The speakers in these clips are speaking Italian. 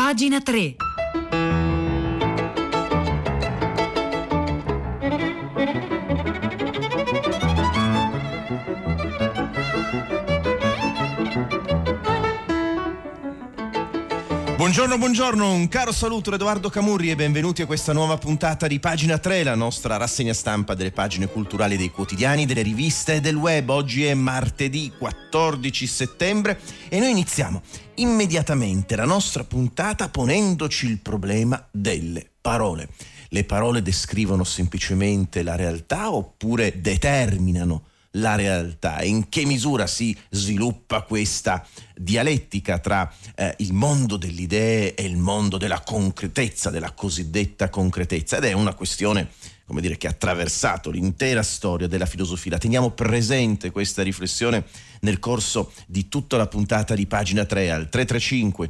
Pagina 3. Buongiorno, un caro saluto da Edoardo Camurri e benvenuti a questa nuova puntata di Pagina 3, la nostra rassegna stampa delle pagine culturali dei quotidiani, delle riviste e del web. Oggi è martedì 14 settembre e noi iniziamo immediatamente la nostra puntata ponendoci il problema delle parole. Le parole descrivono semplicemente la realtà oppure determinano la realtà? In che misura si sviluppa questa dialettica tra il mondo delle idee e il mondo della concretezza, della cosiddetta concretezza? Ed è una questione, come dire, che ha attraversato l'intera storia della filosofia. La teniamo presente questa riflessione nel corso di tutta la puntata di Pagina 3 al 335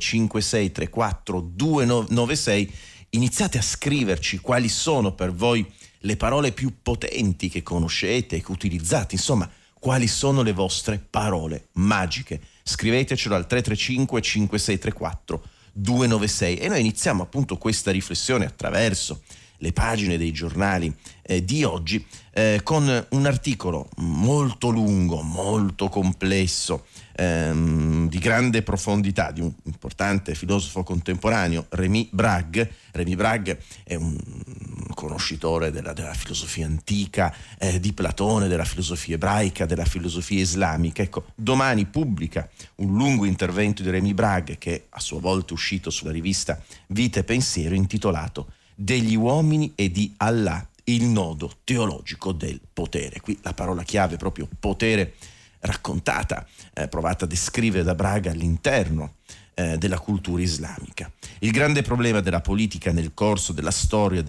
5634 296. Iniziate a scriverci quali sono per voi le parole più potenti che conoscete e che utilizzate, insomma, quali sono le vostre parole magiche. Scrivetecelo al 335 5634 296 e noi iniziamo appunto questa riflessione attraverso le pagine dei giornali di oggi con un articolo molto lungo, molto complesso, di grande profondità di un importante filosofo contemporaneo, Rémi Brague. Rémi Brague è un conoscitore della filosofia antica, di Platone, della filosofia ebraica, della filosofia islamica. Ecco, domani pubblica un lungo intervento di Rémi Brague che a sua volta è uscito sulla rivista Vita e Pensiero, intitolato Degli uomini e di Allah, il nodo teologico del potere. Qui la parola chiave è proprio potere, raccontata, provata a descrivere da Braga all'interno della cultura islamica. Il grande problema della politica nel corso della storia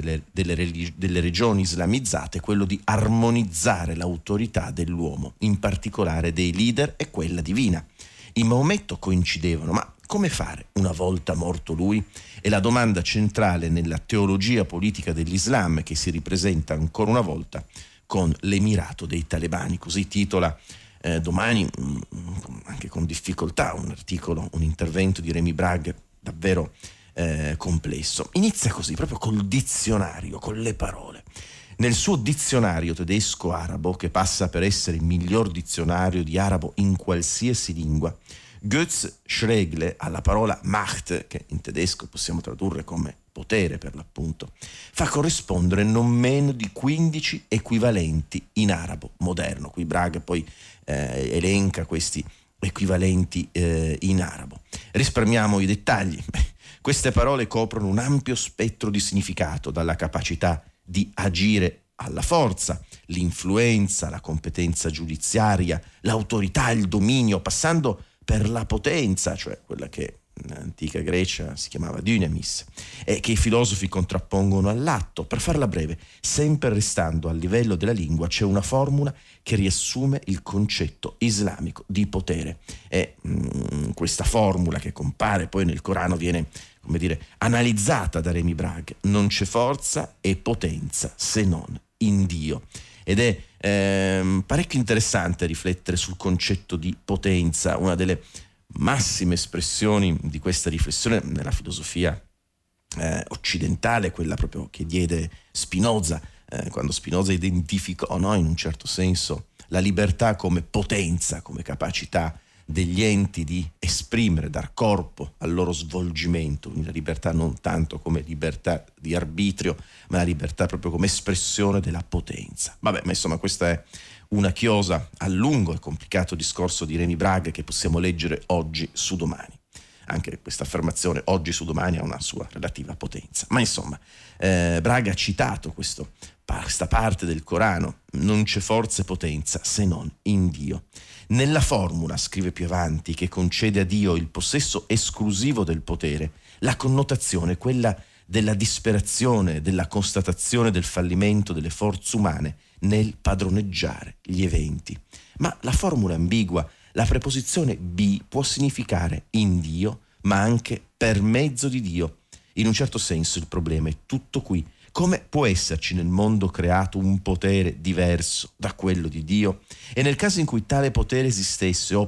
delle regioni islamizzate è quello di armonizzare l'autorità dell'uomo, in particolare dei leader e quella divina. In Maometto coincidevano, ma come fare una volta morto lui? È la domanda centrale nella teologia politica dell'Islam che si ripresenta ancora una volta con l'emirato dei talebani. Così titola domani, anche con difficoltà, un articolo, un intervento di Rémi Brague davvero complesso. Inizia così, proprio col dizionario, con le parole. Nel suo dizionario tedesco-arabo, che passa per essere il miglior dizionario di arabo in qualsiasi lingua, Götz Schregle alla parola Macht, che in tedesco possiamo tradurre come potere per l'appunto, fa corrispondere non meno di 15 equivalenti in arabo moderno. Qui Braga poi elenca questi equivalenti in arabo. Risparmiamo i dettagli. Queste parole coprono un ampio spettro di significato, dalla capacità di agire alla forza, l'influenza, la competenza giudiziaria, l'autorità, il dominio, passando per la potenza, cioè quella che in antica Grecia si chiamava dynamis, e che i filosofi contrappongono all'atto. Per farla breve, sempre restando al livello della lingua, c'è una formula che riassume il concetto islamico di potere. E questa formula, che compare poi nel Corano, viene, come dire, analizzata da Rémi Brague: non c'è forza e potenza se non in Dio. Ed è parecchio interessante riflettere sul concetto di potenza, una delle massime espressioni di questa riflessione nella filosofia occidentale, quella proprio che diede Spinoza, quando Spinoza identificò, no, in un certo senso la libertà come potenza, come capacità degli enti di esprimere, dar corpo al loro svolgimento, la libertà non tanto come libertà di arbitrio, ma la libertà proprio come espressione della potenza. Vabbè, ma insomma questa è una chiosa al lungo e complicato discorso di Rémi Brague che possiamo leggere oggi su Domani. Anche questa affermazione oggi su Domani ha una sua relativa potenza. Ma insomma, Brague ha citato questa parte del Corano: non c'è forza e potenza se non in Dio. Nella formula, scrive più avanti, che concede a Dio il possesso esclusivo del potere, la connotazione è quella della disperazione, della constatazione del fallimento delle forze umane nel padroneggiare gli eventi. Ma la formula ambigua, la preposizione bi, può significare in Dio, ma anche per mezzo di Dio. In un certo senso il problema è tutto qui. Come può esserci nel mondo creato un potere diverso da quello di Dio? E nel caso in cui tale potere esistesse, o più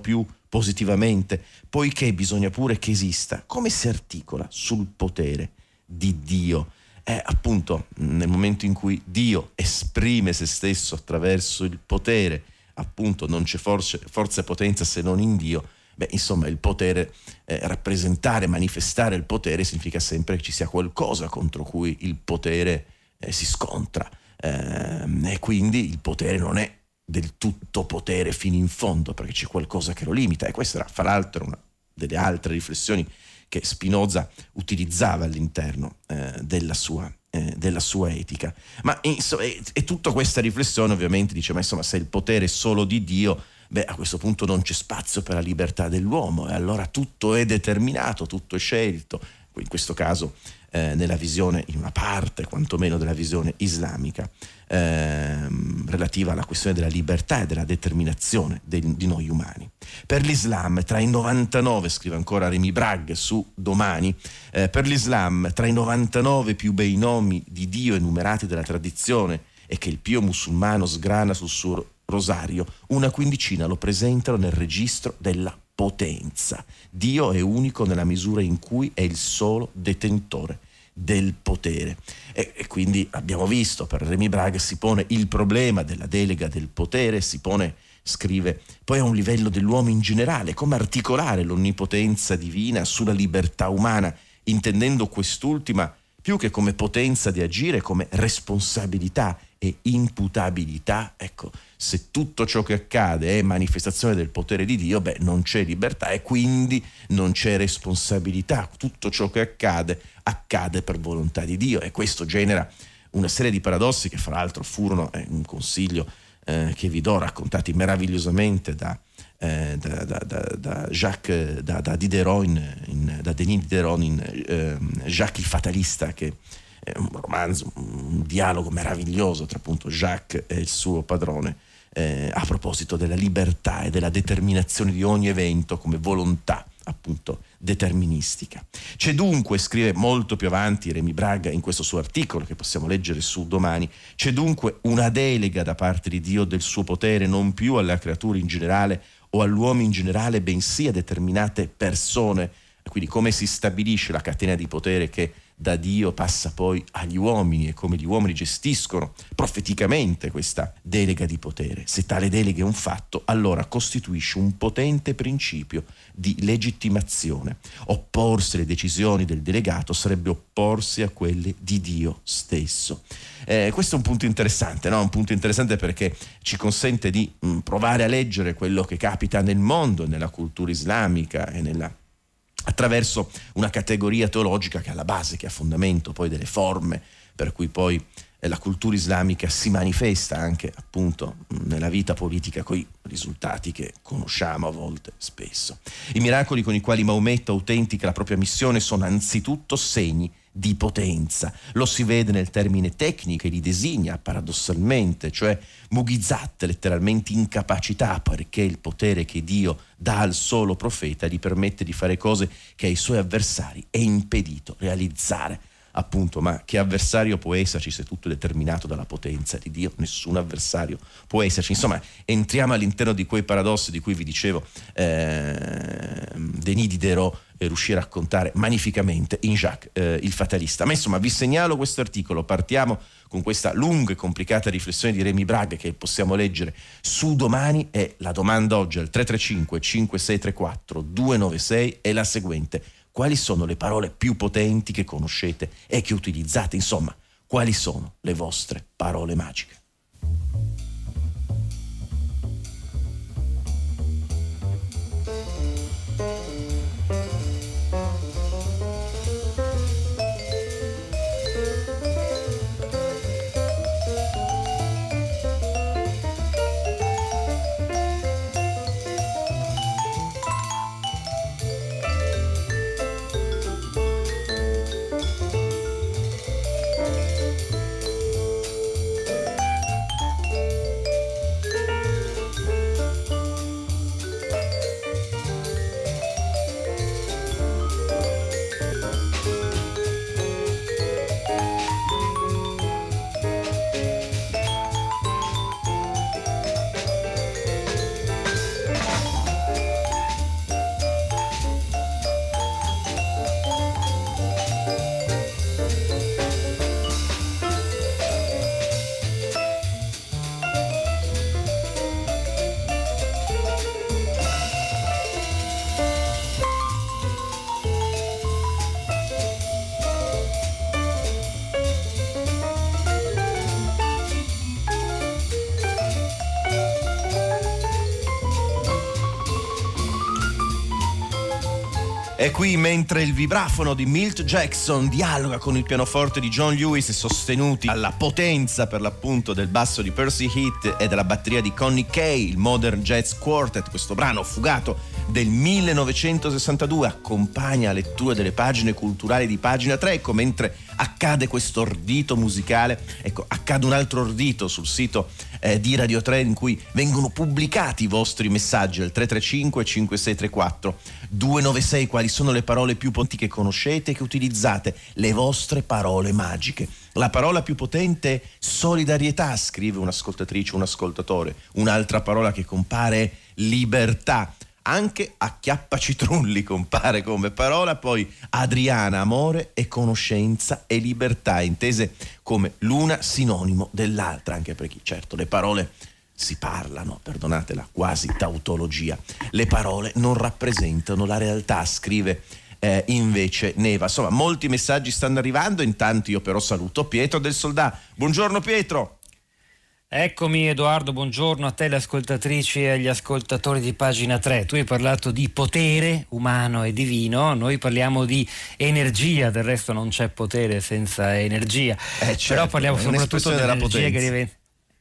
positivamente, poiché bisogna pure che esista. Come si articola sul potere di Dio? Appunto nel momento in cui Dio esprime se stesso attraverso il potere, appunto non c'è forza e potenza se non in Dio. Insomma, il potere, rappresentare, manifestare il potere significa sempre che ci sia qualcosa contro cui il potere si scontra, e quindi il potere non è del tutto potere fino in fondo, perché c'è qualcosa che lo limita. E questa era, fra l'altro, una delle altre riflessioni che Spinoza utilizzava all'interno della sua etica. Ma e tutta questa riflessione ovviamente dice, ma insomma, se il potere è solo di Dio, a questo punto non c'è spazio per la libertà dell'uomo, e allora tutto è determinato, tutto è scelto, in questo caso nella visione, in una parte quantomeno della visione islamica, relativa alla questione della libertà e della determinazione di noi umani. Per l'Islam, tra i 99, scrive ancora Remy Bragg su Domani, per l'Islam, tra i 99 più bei nomi di Dio enumerati dalla tradizione e che il pio musulmano sgrana sul suo rosario, una quindicina lo presentano nel registro della potenza. Dio è unico nella misura in cui è il solo detentore del potere. E quindi abbiamo visto, per Remy Bragg si pone il problema della delega del potere, si pone, scrive, poi a un livello dell'uomo in generale, come articolare l'onnipotenza divina sulla libertà umana, intendendo quest'ultima più che come potenza di agire, come responsabilità e imputabilità. Ecco, se tutto ciò che accade è manifestazione del potere di Dio, non c'è libertà e quindi non c'è responsabilità. Tutto ciò che accade per volontà di Dio, e questo genera una serie di paradossi che fra l'altro furono, un consiglio che vi do, raccontati meravigliosamente da Jacques, da Diderot, da Denis Diderot in Jacques il fatalista, che è un romanzo, un dialogo meraviglioso tra appunto Jacques e il suo padrone, a proposito della libertà e della determinazione di ogni evento come volontà appunto deterministica. C'è dunque, scrive molto più avanti Remy Bragg in questo suo articolo che possiamo leggere su Domani, c'è dunque una delega da parte di Dio del suo potere non più alla creatura in generale o all'uomo in generale, bensì a determinate persone. Quindi come si stabilisce la catena di potere che da Dio passa poi agli uomini e come gli uomini gestiscono profeticamente questa delega di potere. Se tale delega è un fatto, allora costituisce un potente principio di legittimazione. Opporsi alle decisioni del delegato sarebbe opporsi a quelle di Dio stesso. Questo è un punto interessante, no? Un punto interessante perché ci consente di provare a leggere quello che capita nel mondo, nella cultura islamica e attraverso una categoria teologica che è alla base, che è a fondamento poi delle forme per cui poi la cultura islamica si manifesta anche appunto nella vita politica, coi risultati che conosciamo a volte spesso. I miracoli con i quali Maometto autentica la propria missione sono anzitutto segni di potenza. Lo si vede nel termine tecnico e li designa paradossalmente, cioè mughizat, letteralmente incapacità, perché il potere che Dio dà al solo profeta gli permette di fare cose che ai suoi avversari è impedito realizzare. Appunto, ma che avversario può esserci se tutto è determinato dalla potenza di Dio? Nessun avversario può esserci. Insomma, entriamo all'interno di quei paradossi di cui vi dicevo Denis Diderot riuscì a raccontare magnificamente in Jacques il fatalista. Ma insomma, vi segnalo questo articolo, partiamo con questa lunga e complicata riflessione di Remy Bragg che possiamo leggere su Domani, e la domanda oggi al 335 5634 296 è la seguente: quali sono le parole più potenti che conoscete e che utilizzate? Insomma, quali sono le vostre parole magiche? E qui, mentre il vibrafono di Milt Jackson dialoga con il pianoforte di John Lewis, sostenuti alla potenza per l'appunto del basso di Percy Heath e della batteria di Connie Kay, il Modern Jazz Quartet, questo brano fugato del 1962 accompagna la lettura delle pagine culturali di Pagina 3. Ecco, mentre accade questo ordito musicale, ecco, accade un altro ordito sul sito di Radio 3 in cui vengono pubblicati i vostri messaggi al 335 5634 296. Quali sono le parole più potenti che conoscete e che utilizzate? Le vostre parole magiche. La parola più potente, solidarietà, scrive un'ascoltatrice, un ascoltatore. Un'altra parola che compare, libertà. Anche acchiappacitrulli compare come parola. Poi Adriana, amore e conoscenza e libertà, intese come l'una sinonimo dell'altra, anche perché certo le parole si parlano, perdonate la quasi tautologia, le parole non rappresentano la realtà, scrive invece Neva. Insomma, molti messaggi stanno arrivando. Intanto io però saluto Pietro del Soldà. Buongiorno Pietro. Eccomi Edoardo, buongiorno a te, le ascoltatrici e agli ascoltatori di Pagina 3. Tu hai parlato di potere umano e divino, noi parliamo di energia, del resto non c'è potere senza energia, Certo, però parliamo soprattutto dell'energia che diventa...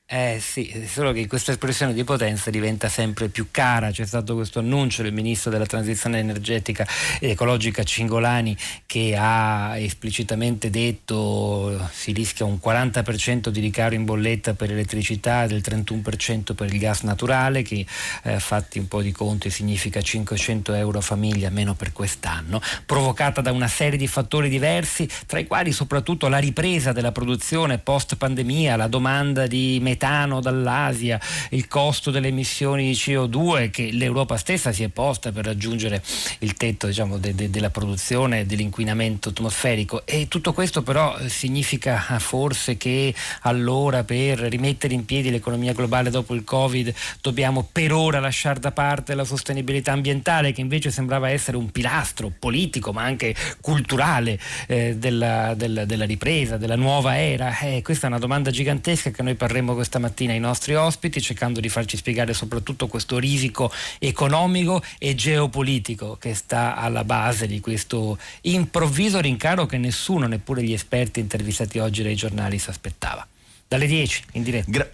sì, solo che questa espressione di potenza diventa sempre più cara. C'è stato questo annuncio del ministro della transizione energetica ed ecologica Cingolani, che ha esplicitamente detto si rischia un 40% di ricaro in bolletta per l'elettricità, del 31% per il gas naturale, che fatti un po' di conti significa 500 euro a famiglia meno per quest'anno, provocata da una serie di fattori diversi, tra i quali soprattutto la ripresa della produzione post pandemia, la domanda di metano dall'Asia, il costo delle emissioni di CO2 che l'Europa stessa si è posta per raggiungere il tetto, diciamo, della produzione dell'inquinamento atmosferico. E tutto questo però significa forse che allora per rimettere in piedi l'economia globale dopo il Covid dobbiamo per ora lasciare da parte la sostenibilità ambientale, che invece sembrava essere un pilastro politico ma anche culturale della ripresa, della nuova era. Questa è una domanda gigantesca che noi parremo questa mattina ai nostri ospiti, cercando di farci spiegare soprattutto questo risico economico e geopolitico che sta alla base di questo improvviso rincaro che nessuno, neppure gli esperti intervistati oggi dai giornali, si aspettava. Dalle 10 in diretta.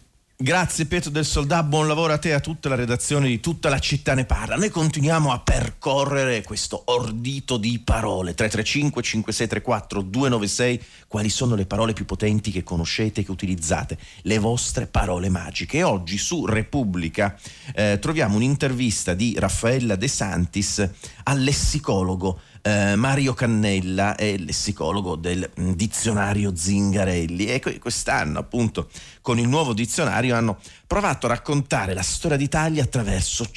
Grazie Pietro del Soldà, buon lavoro a te e a tutta la redazione di Tutta la città ne parla. Noi continuiamo a percorrere questo ordito di parole. 335 5634 296. Quali sono le parole più potenti che conoscete e che utilizzate? Le vostre parole magiche. E oggi su Repubblica troviamo un'intervista di Raffaella De Santis al lessicologo Mario Cannella, è il lessicologo del dizionario Zingarelli, e quest'anno appunto con il nuovo dizionario hanno provato a raccontare la storia d'Italia attraverso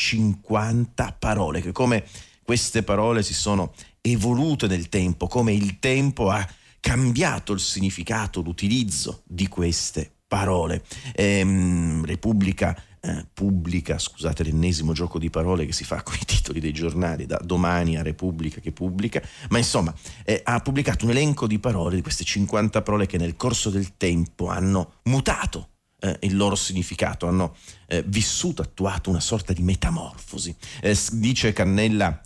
50 parole, che come queste parole si sono evolute nel tempo, come il tempo ha cambiato il significato, l'utilizzo di queste parole. Repubblica pubblica, scusate l'ennesimo gioco di parole che si fa con i titoli dei giornali, da Domani a Repubblica che pubblica, ma insomma ha pubblicato un elenco di parole, di queste 50 parole che nel corso del tempo hanno mutato il loro significato, hanno vissuto, attuato una sorta di metamorfosi. Dice Cannella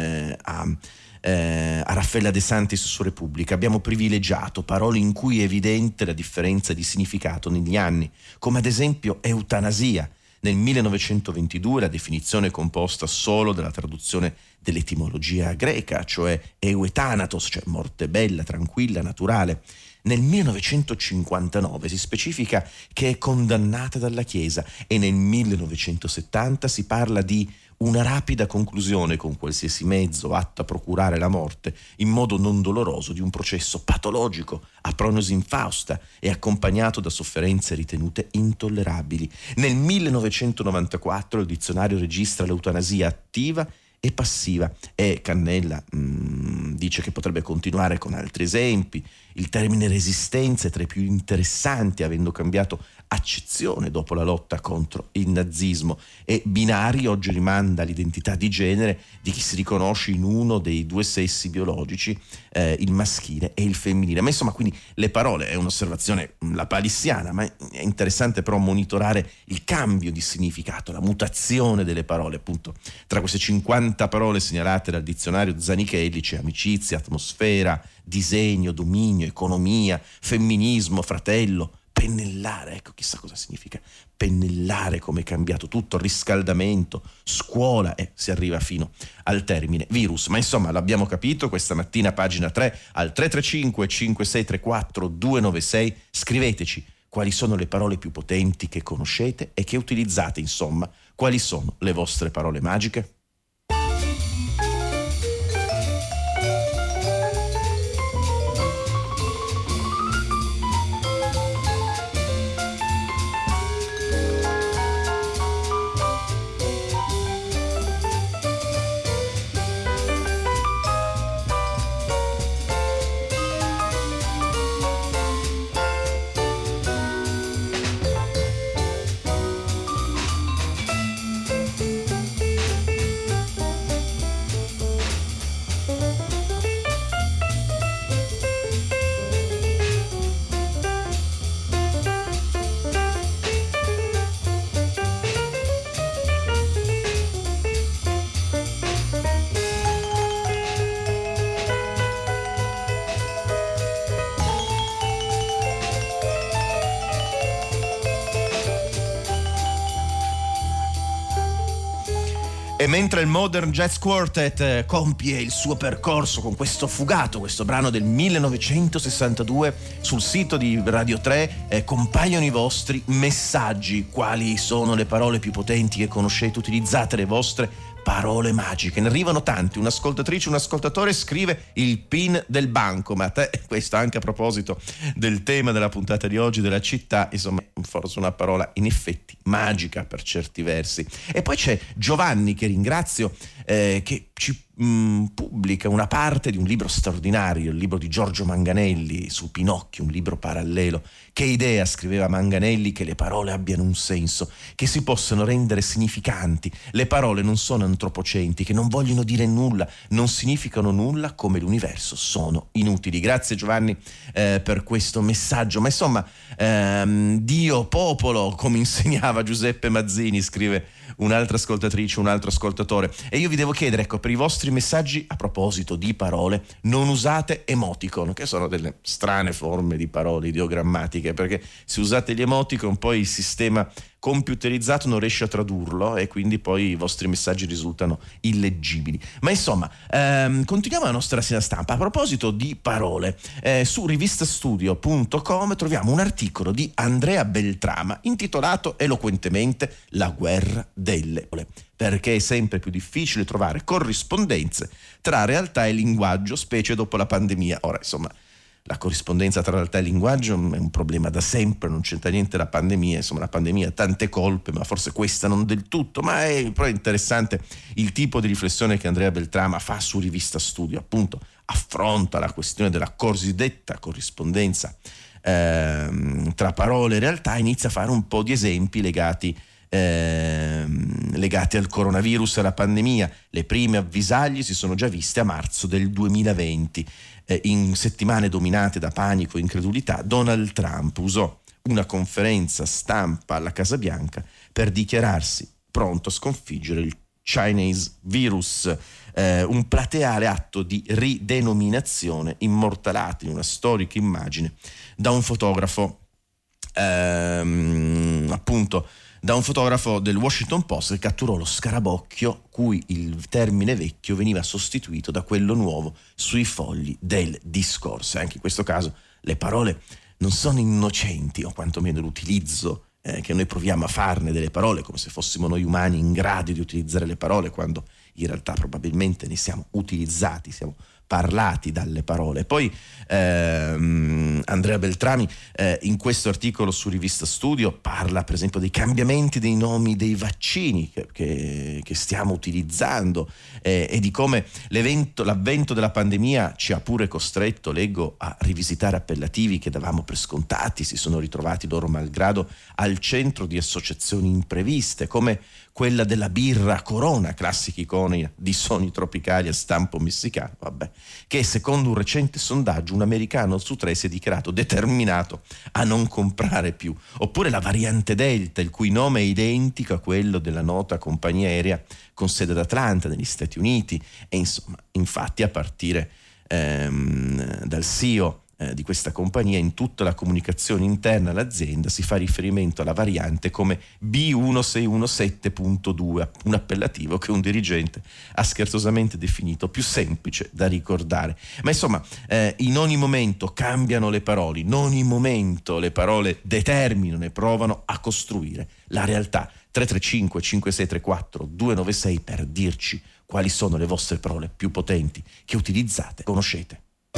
a Raffaella De Santis su Repubblica: abbiamo privilegiato parole in cui è evidente la differenza di significato negli anni, come ad esempio eutanasia. Nel 1922 la definizione è composta solo dalla traduzione dell'etimologia greca, cioè euthanatos, cioè morte bella, tranquilla, naturale. Nel 1959 si specifica che è condannata dalla Chiesa, e nel 1970 si parla di una rapida conclusione con qualsiasi mezzo atto a procurare la morte in modo non doloroso di un processo patologico a prognosi infausta e accompagnato da sofferenze ritenute intollerabili. Nel 1994 il dizionario registra l'eutanasia attiva e passiva, e Cannella dice che potrebbe continuare con altri esempi. Il termine resistenza è tra i più interessanti, avendo cambiato accezione dopo la lotta contro il nazismo, e binari oggi rimanda all'identità di genere di chi si riconosce in uno dei due sessi biologici, il maschile e il femminile. Ma insomma, quindi le parole, è un'osservazione lapalissiana, ma è interessante però monitorare il cambio di significato, la mutazione delle parole, appunto tra queste 50 90 parole segnalate dal dizionario Zanichelli, c'è amicizia, atmosfera, disegno, dominio, economia, femminismo, fratello, pennellare, ecco chissà cosa significa pennellare, come è cambiato tutto, riscaldamento, scuola, e si arriva fino al termine virus. Ma insomma, l'abbiamo capito questa mattina, pagina 3, al 335 5634 296, scriveteci quali sono le parole più potenti che conoscete e che utilizzate, insomma, quali sono le vostre parole magiche? E mentre il Modern Jazz Quartet compie il suo percorso con questo Fugato, questo brano del 1962, sul sito di Radio 3 compaiono i vostri messaggi. Quali sono le parole più potenti che conoscete? Utilizzate le vostre parole magiche. Ne arrivano tanti. Un'ascoltatrice, un ascoltatore scrive il PIN del bancomat. Questo anche a proposito del tema della puntata di oggi, della città. Insomma, forse una parola in effetti magica per certi versi. E poi c'è Giovanni, che ringrazio, che ci pubblica una parte di un libro straordinario, il libro di Giorgio Manganelli su Pinocchio, un libro parallelo. Che idea, scriveva Manganelli, che le parole abbiano un senso, che si possano rendere significanti. Le parole non sono antropocentiche, non vogliono dire nulla, non significano nulla, come l'universo sono inutili. Grazie Giovanni per questo messaggio. Ma insomma, Dio, popolo, come insegnava Giuseppe Mazzini, scrive un'altra ascoltatrice, un altro ascoltatore. E io vi devo chiedere, ecco, per i vostri messaggi, a proposito di parole, non usate emoticon, che sono delle strane forme di parole ideogrammatiche, perché se usate gli emoticon poi il sistema computerizzato non riesce a tradurlo e quindi poi i vostri messaggi risultano illeggibili. Ma insomma, continuiamo la nostra rassegna stampa. A proposito di parole, su rivistastudio.com troviamo un articolo di Andrea Beltrama intitolato eloquentemente La guerra delle parole, perché è sempre più difficile trovare corrispondenze tra realtà e linguaggio, specie dopo la pandemia. Ora, insomma, la corrispondenza tra realtà e linguaggio è un problema da sempre, non c'entra niente la pandemia. Insomma, la pandemia ha tante colpe, ma forse questa non del tutto. Ma è però interessante il tipo di riflessione che Andrea Beltrama fa su Rivista Studio. Appunto, affronta la questione della cosiddetta corrispondenza tra parole e realtà, inizia a fare un po' di esempi legati al coronavirus e alla pandemia. Le prime avvisaglie si sono già viste a marzo del 2020. In settimane dominate da panico e incredulità, Donald Trump usò una conferenza stampa alla Casa Bianca per dichiararsi pronto a sconfiggere il Chinese virus, un plateale atto di ridenominazione immortalato in una storica immagine da un fotografo appunto da un fotografo del Washington Post, che catturò lo scarabocchio cui il termine vecchio veniva sostituito da quello nuovo sui fogli del discorso. Anche in questo caso le parole non sono innocenti, o quantomeno l'utilizzo che noi proviamo a farne delle parole, come se fossimo noi umani in grado di utilizzare le parole, quando in realtà probabilmente ne siamo utilizzati, siamo parlati dalle parole. Poi Andrea Beltrami in questo articolo su Rivista Studio parla per esempio dei cambiamenti dei nomi dei vaccini che stiamo utilizzando e di come l'avvento della pandemia ci ha pure costretto, leggo, a rivisitare appellativi che davamo per scontati, si sono ritrovati loro malgrado al centro di associazioni impreviste, come quella della birra Corona, classica icona di sogni tropicali a stampo messicano, vabbè, che secondo un recente sondaggio un americano su 3 si è dichiarato determinato a non comprare più. Oppure la variante Delta, il cui nome è identico a quello della nota compagnia aerea con sede ad Atlanta negli Stati Uniti, e insomma, infatti a partire dal CEO di questa compagnia, in tutta la comunicazione interna all'azienda si fa riferimento alla variante come B1617.2, un appellativo che un dirigente ha scherzosamente definito più semplice da ricordare. Ma insomma, in ogni momento cambiano le parole, in ogni momento le parole determinano e provano a costruire la realtà. 335 5634 296 per dirci quali sono le vostre parole più potenti che utilizzate, conoscete.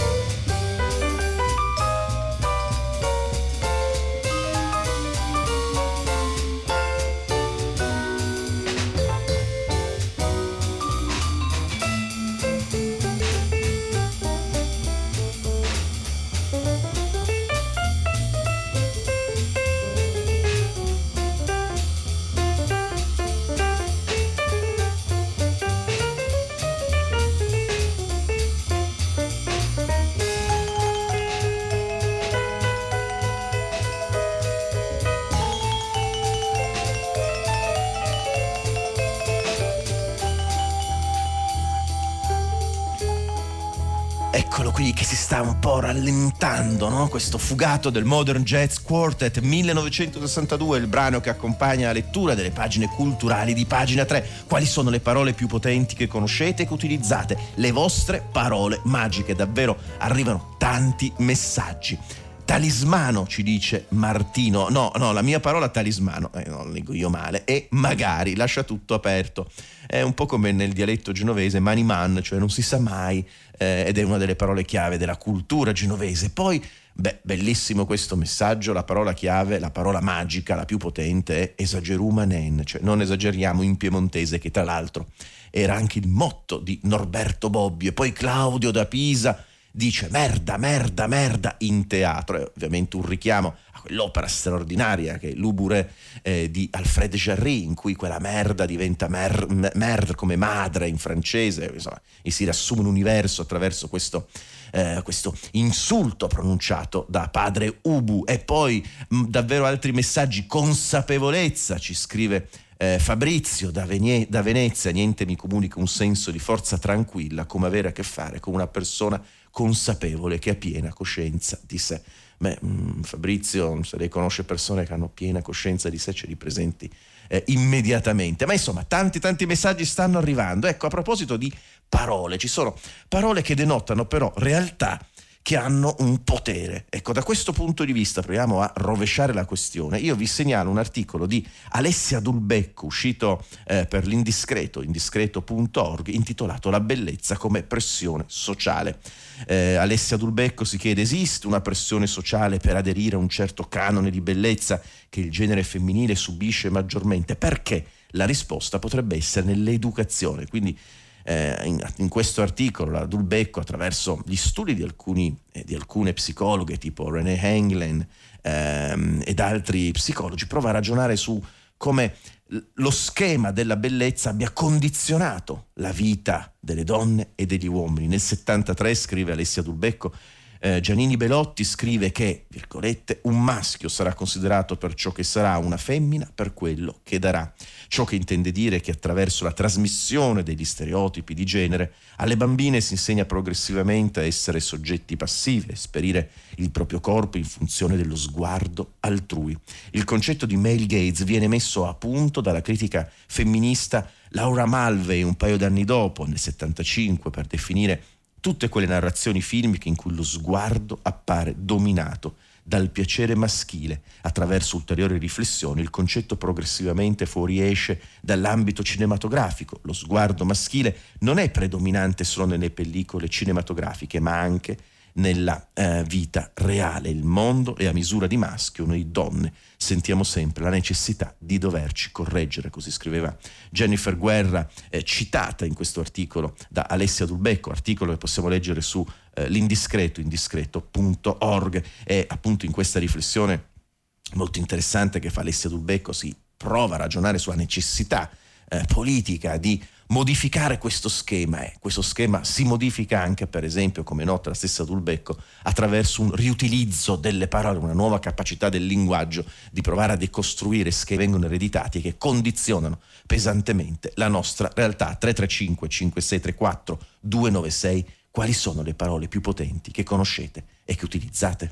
Eccolo qui che si sta un po' rallentando, no? Questo fugato del Modern Jazz Quartet 1962, il brano che accompagna la lettura delle pagine culturali di Pagina 3. Quali sono le parole più potenti che conoscete e che utilizzate? Le vostre parole magiche. Davvero arrivano tanti messaggi. Talismano, ci dice Martino. No, la mia parola talismano, non leggo io male, e magari, lascia tutto aperto. È un po' come nel dialetto genovese mani man, cioè non si sa mai, ed è una delle parole chiave della cultura genovese. Poi, bellissimo questo messaggio, la parola chiave, la parola magica, la più potente è esagerumanen, cioè non esageriamo in piemontese, che tra l'altro era anche il motto di Norberto Bobbio. E poi Claudio da Pisa dice merda, merda, merda in teatro. È ovviamente un richiamo a quell'opera straordinaria che è l'Ubure di Alfred Jarry, in cui quella merda diventa merde come madre in francese, insomma, e si riassume l'universo attraverso questo insulto pronunciato da padre Ubu. E poi davvero altri messaggi. Consapevolezza, ci scrive Fabrizio da Venezia. Niente mi comunica un senso di forza tranquilla come avere a che fare con una persona consapevole che ha piena coscienza di sé. Fabrizio, se lei conosce persone che hanno piena coscienza di sé, ce li presenti immediatamente. Ma insomma, tanti messaggi stanno arrivando. Ecco, a proposito di parole, ci sono parole che denotano però realtà che hanno un potere. Ecco, da questo punto di vista proviamo a rovesciare la questione. Io vi segnalo un articolo di Alessia Dulbecco uscito per l'Indiscreto, indiscreto.org, intitolato La bellezza come pressione sociale. Alessia Dulbecco si chiede: esiste una pressione sociale per aderire a un certo canone di bellezza che il genere femminile subisce maggiormente? Perché? La risposta potrebbe essere nell'educazione. Quindi in questo articolo la Dulbecco, attraverso gli studi di alcune psicologhe tipo Renée Henglen ed altri psicologi, prova a ragionare su come lo schema della bellezza abbia condizionato la vita delle donne e degli uomini. Nel 73, scrive Alessia Dulbecco, Giannini Belotti scrive che, virgolette, un maschio sarà considerato per ciò che sarà, una femmina per quello che darà. Ciò che intende dire che attraverso la trasmissione degli stereotipi di genere alle bambine si insegna progressivamente a essere soggetti passivi, a esperire il proprio corpo in funzione dello sguardo altrui. Il concetto di male gaze viene messo a punto dalla critica femminista Laura Mulvey un paio d'anni dopo, nel 75, per definire tutte quelle narrazioni filmiche in cui lo sguardo appare dominato dal piacere maschile. Attraverso ulteriori riflessioni il concetto progressivamente fuoriesce dall'ambito cinematografico. Lo sguardo maschile non è predominante solo nelle pellicole cinematografiche, ma anche nella vita reale. Il mondo è a misura di maschio, noi donne sentiamo sempre la necessità di doverci correggere, così scriveva Jennifer Guerra, citata in questo articolo da Alessia Dulbecco, articolo che possiamo leggere su l'Indiscreto, indiscreto.org. E appunto in questa riflessione molto interessante che fa Alessia Dulbecco si prova a ragionare sulla necessità politica di modificare questo schema, e questo schema si modifica anche, per esempio, come nota la stessa Dulbecco, attraverso un riutilizzo delle parole, una nuova capacità del linguaggio di provare a decostruire schemi che vengono ereditati e che condizionano pesantemente la nostra realtà. 335 5634 296. Quali sono le parole più potenti che conoscete e che utilizzate?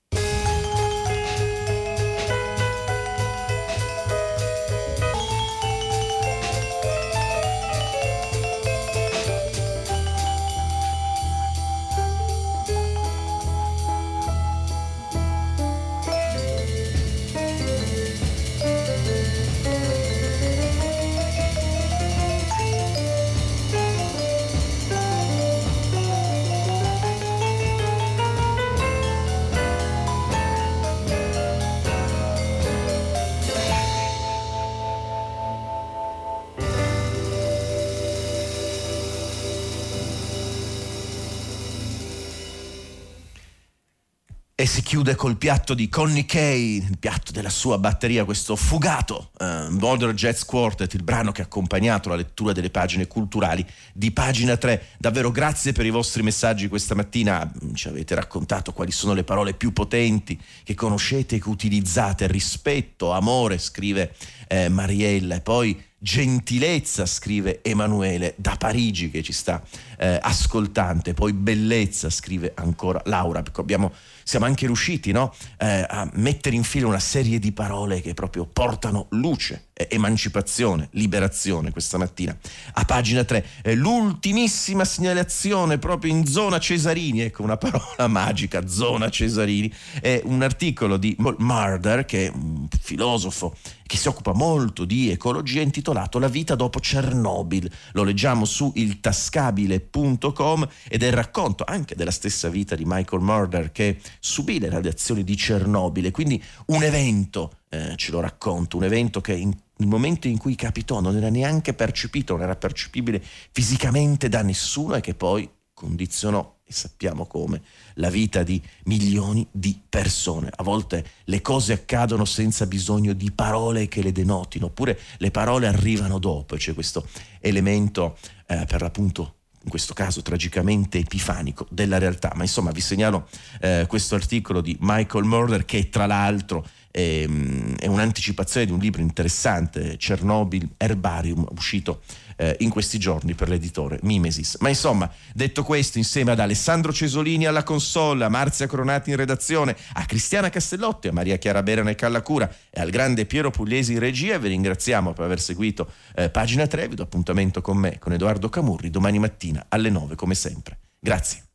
E si chiude col piatto di Connie Kay, il piatto della sua batteria, questo fugato Modern Jazz Quartet, il brano che ha accompagnato la lettura delle pagine culturali di Pagina 3. Davvero grazie per i vostri messaggi questa mattina, ci avete raccontato quali sono le parole più potenti che conoscete e che utilizzate. Rispetto, amore, scrive Mariella, e poi gentilezza, scrive Emanuele da Parigi che ci sta ascoltante, poi bellezza, scrive ancora Laura. Siamo anche riusciti, no? A mettere in fila una serie di parole che proprio portano luce, emancipazione, liberazione questa mattina. A Pagina 3 l'ultimissima segnalazione proprio in zona Cesarini, ecco una parola magica, zona Cesarini, è un articolo di Marder, che è un filosofo che si occupa molto di ecologia, intitolato La vita dopo Chernobyl. Lo leggiamo su iltascabile.com ed è il racconto anche della stessa vita di Michael Marder, che subì le radiazioni di Chernobyl, quindi un evento, ce lo racconto, un evento che nel momento in cui capitò non era neanche percepito, non era percepibile fisicamente da nessuno, e che poi condizionò, e sappiamo come, la vita di milioni di persone. A volte le cose accadono senza bisogno di parole che le denotino, oppure le parole arrivano dopo, e c'è questo elemento per l'appunto in questo caso tragicamente epifanico della realtà. Ma insomma vi segnalo questo articolo di Michael Marder, che tra l'altro è un'anticipazione di un libro interessante, Chernobyl Herbarium, uscito in questi giorni per l'editore Mimesis. Ma insomma, detto questo, insieme ad Alessandro Cesolini alla console, a Marzia Coronati in redazione, a Cristiana Castellotti, a Maria Chiara Berana e Callacura e al grande Piero Pugliesi in regia, vi ringraziamo per aver seguito Pagina 3. Vi do appuntamento con me, con Edoardo Camurri, domani mattina alle 9 come sempre. Grazie.